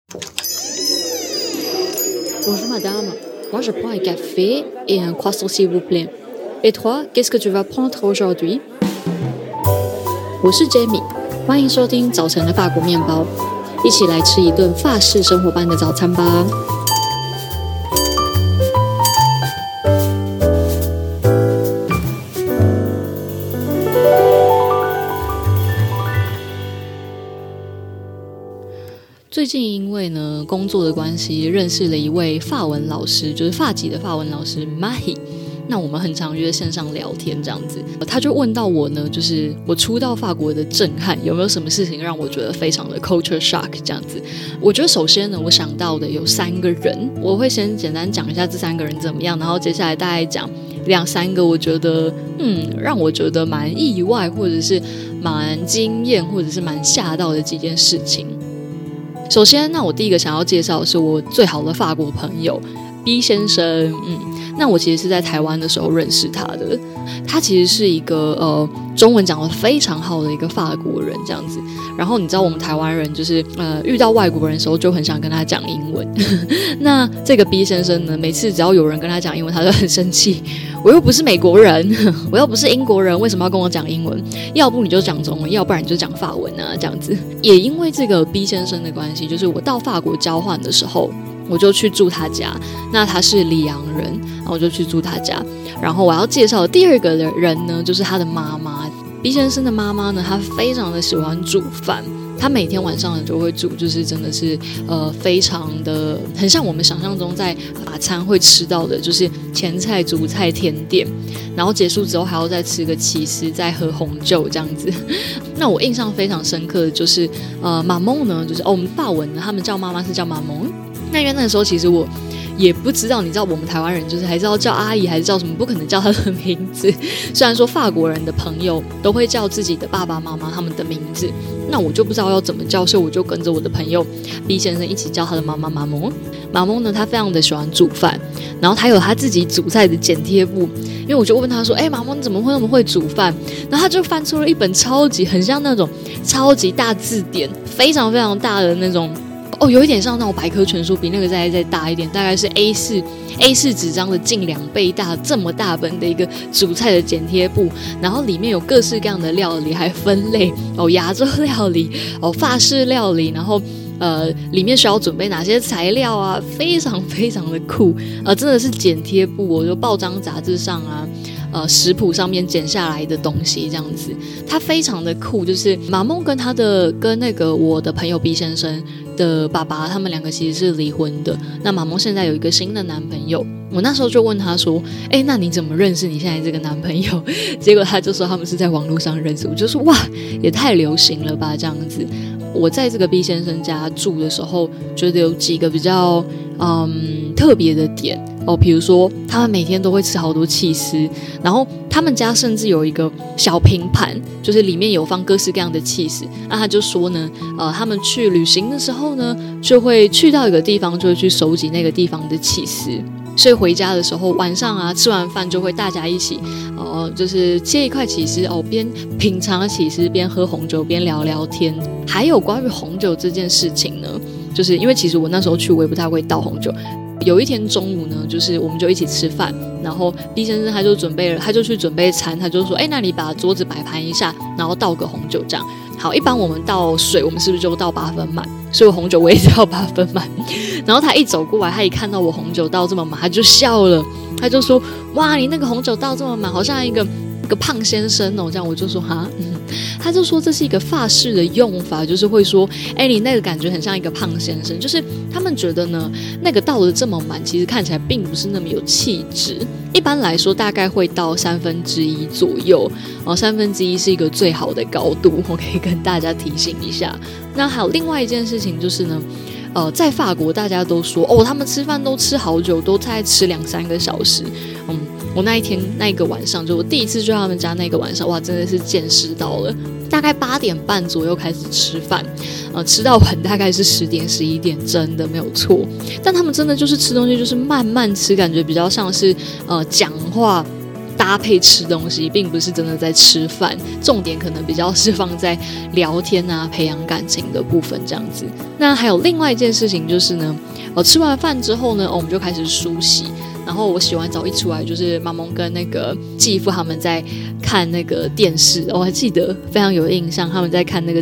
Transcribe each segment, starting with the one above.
Bonjour madame, moi je prends un café et un croissant s'il vous plaît. Et toi, qu'est-ce que tu vas prendre aujourd'hui? 我是 Jamie， 欢迎收听早晨的法国面包，一起来吃一顿法式生活般的早餐吧。最近因为呢工作的关系，认识了一位法文老师，就是法籍的法文老师 Mahi。那我们很常约线上聊天这样子，他就问到我呢，就是我初到法国的震撼，有没有什么事情让我觉得非常的 culture shock 这样子。我觉得首先呢，我想到的有3个人，我会先简单讲一下这3个人怎么样，然后接下来大概讲2-3个我觉得让我觉得蛮意外，或者是蛮惊艳，或者是蛮吓到的几件事情。首先，那我第一个想要介绍的是我最好的法国朋友 B 先生。那我其实是在台湾的时候认识他的，他其实是一个中文讲得非常好的一个法国人这样子。然后你知道我们台湾人就是遇到外国人的时候就很想跟他讲英文。那这个 B 先生呢，每次只要有人跟他讲英文，他就很生气。我又不是美国人，我又不是英国人，为什么要跟我讲英文？要不你就讲中文，要不然你就讲法文啊，这样子。也因为这个 B 先生的关系，就是我到法国交换的时候，我就去住他家。那他是里昂人，然后我就去住他家。然后我要介绍的第2个人呢，就是他的妈妈。B 先生的妈妈呢，她非常的喜欢煮饭。他每天晚上就会煮，就是真的是非常的很像我们想象中在法餐会吃到的，就是前菜、主菜、甜点，然后结束之后还要再吃个起司，再喝红酒这样子。那我印象非常深刻的就是马蒙呢，就是我们法文呢，他们叫妈妈是叫马蒙。那因为那个时候其实我也不知道，你知道我们台湾人就是还是要叫阿姨还是叫什么，不可能叫她的名字。虽然说法国人的朋友都会叫自己的爸爸妈妈他们的名字，那我就不知道要怎么叫，所以我就跟着我的朋友 B 先生一起叫他的妈妈马蒙。马蒙呢，他非常的喜欢煮饭，然后他有他自己煮菜的剪贴簿。因为我就问他说：“马蒙你怎么会那么会煮饭？”然后他就翻出了一本很像那种超级大字典，非常非常大的那种。有一点像那种百科全书，比那个再大一点，大概是 A4 纸张的近2倍大，这么大本的一个煮菜的剪贴簿，然后里面有各式各样的料理，还分类亚洲料理法式料理，然后里面需要准备哪些材料啊，非常非常的酷真的是剪贴簿就报章杂志上啊食谱上面剪下来的东西这样子，它非常的酷。就是马梦跟那个我的朋友 B 先生的爸爸，他们2个其实是离婚的。那马梦现在有一个新的男朋友，我那时候就问他说：“那你怎么认识你现在这个男朋友？”结果他就说他们是在网络上认识。我就说哇，也太流行了吧这样子。我在这个 B 先生家住的时候，觉得有几个比较特别的点比如说他们每天都会吃好多起司，然后他们家甚至有一个小平盘，就是里面有放各式各样的起司。那他就说呢他们去旅行的时候呢，就会去到一个地方，就会去收集那个地方的起司，所以回家的时候晚上吃完饭就会大家一起就是切一块起司边品尝起司边喝红酒边聊聊天。还有关于红酒这件事情呢，就是因为其实我那时候去我也不太会倒红酒。有一天中午呢，就是我们就一起吃饭，然后 B 先生他就去准备餐，他就说那你把桌子摆盘一下，然后倒个红酒这样。好，一般我们倒水我们是不是就倒8分满，所以我红酒我也倒8分满。然后他一走过来，他一看到我红酒倒这么满，他就笑了，他就说哇你那个红酒倒这么满，好像一个胖先生这样。我就说他就说这是一个法式的用法，就是会说你那个感觉很像一个胖先生，就是他们觉得呢那个倒的这么满，其实看起来并不是那么有气质。一般来说大概会到1/3左右1/3是一个最好的高度，我可以跟大家提醒一下。那还有另外一件事情就是呢在法国大家都说他们吃饭都吃好久，都在吃2-3个小时。我那一天那一个晚上，就我第一次去他们家那个晚上，哇真的是见识到了。大概8点半左右开始吃饭吃到晚大概是10点11点，真的没有错。但他们真的就是吃东西就是慢慢吃，感觉比较像是讲话搭配吃东西，并不是真的在吃饭，重点可能比较是放在聊天啊、培养感情的部分这样子。那还有另外一件事情就是呢，吃完饭之后呢，我们就开始梳洗。然后我洗完澡一出来，就是妈蒙跟那个继父他们在看那个电视，我还记得非常有印象，他们在看那个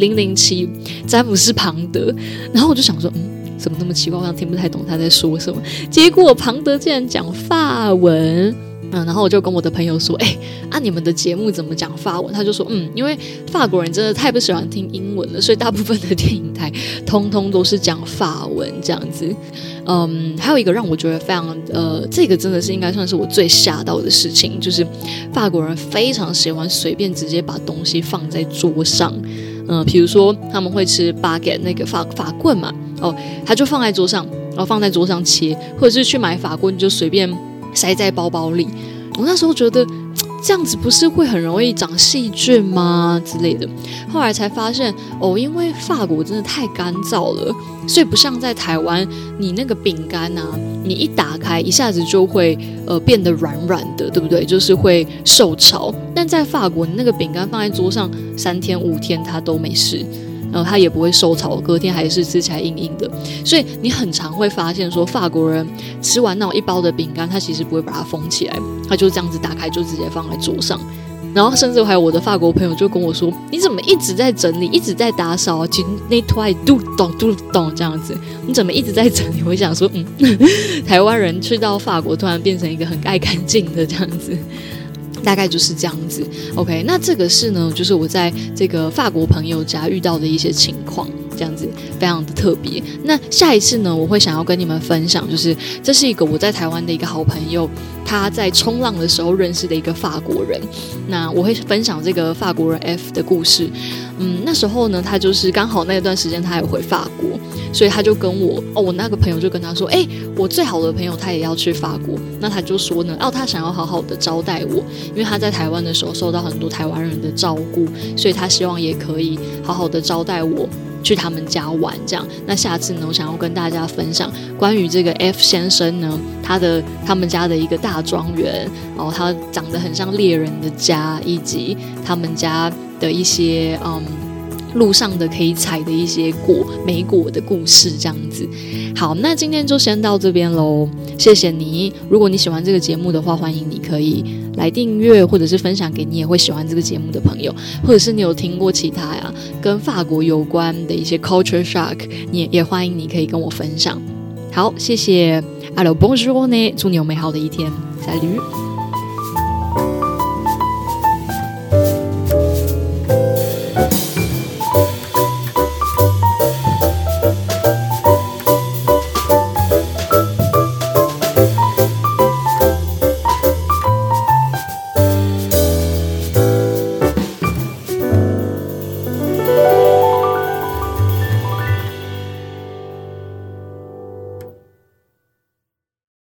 007詹姆斯庞德。然后我就想说，怎么那么奇怪，我好像听不太懂他在说什么。结果庞德竟然讲法文。然后我就跟我的朋友说，你们的节目怎么讲法文？他就说，因为法国人真的太不喜欢听英文了，所以大部分的电影台通通都是讲法文这样子。还有一个让我觉得非常这个真的是应该算是我最吓到的事情，就是法国人非常喜欢随便直接把东西放在桌上。比如说他们会吃 baguette 那个法棍嘛，他就放在桌上，然后放在桌上切，或者是去买法棍就随便塞在包包里。我那时候觉得这样子不是会很容易长细菌吗之类的，后来才发现因为法国真的太干燥了，所以不像在台湾，你那个饼干啊，你一打开一下子就会变得软软的，对不对？就是会受潮。但在法国，你那个饼干放在桌上3天5天它都没事，它也不会受潮，隔天还是吃起来硬硬的。所以你很常会发现说，法国人吃完那种一包的饼干，他其实不会把它封起来，他就这样子打开就直接放在桌上。然后甚至还有我的法国朋友就跟我说，你怎么一直在整理，一直在打扫啊，那拖嘟咚这样子，你怎么一直在整理？我想说台湾人去到法国突然变成一个很爱干净的这样子，大概就是这样子。 OK， 那这个是呢，就是我在这个法国朋友家遇到的一些情况，这样子非常的特别。那下一次呢，我会想要跟你们分享，就是这是一个我在台湾的一个好朋友，他在冲浪的时候认识的一个法国人。那我会分享这个法国人 F 的故事。那时候呢，他就是刚好那段时间他也回法国，所以他就跟我那个朋友就跟他说，我最好的朋友他也要去法国。那他就说呢，他想要好好的招待我，因为他在台湾的时候受到很多台湾人的照顾，所以他希望也可以好好的招待我去他们家玩这样。那下次呢，我想要跟大家分享关于这个 F 先生呢，他们家的一个大庄园，他长得很像猎人的家，以及他们家的一些路上的可以采的一些莓果的故事这样子。好，那今天就先到这边咯，谢谢你。如果你喜欢这个节目的话，欢迎你可以来订阅，或者是分享给你也会喜欢这个节目的朋友，或者是你有听过其他跟法国有关的一些 culture shock， 你也欢迎你可以跟我分享。好，谢谢。Alors bonjour， 祝你有美好的一天。Salut。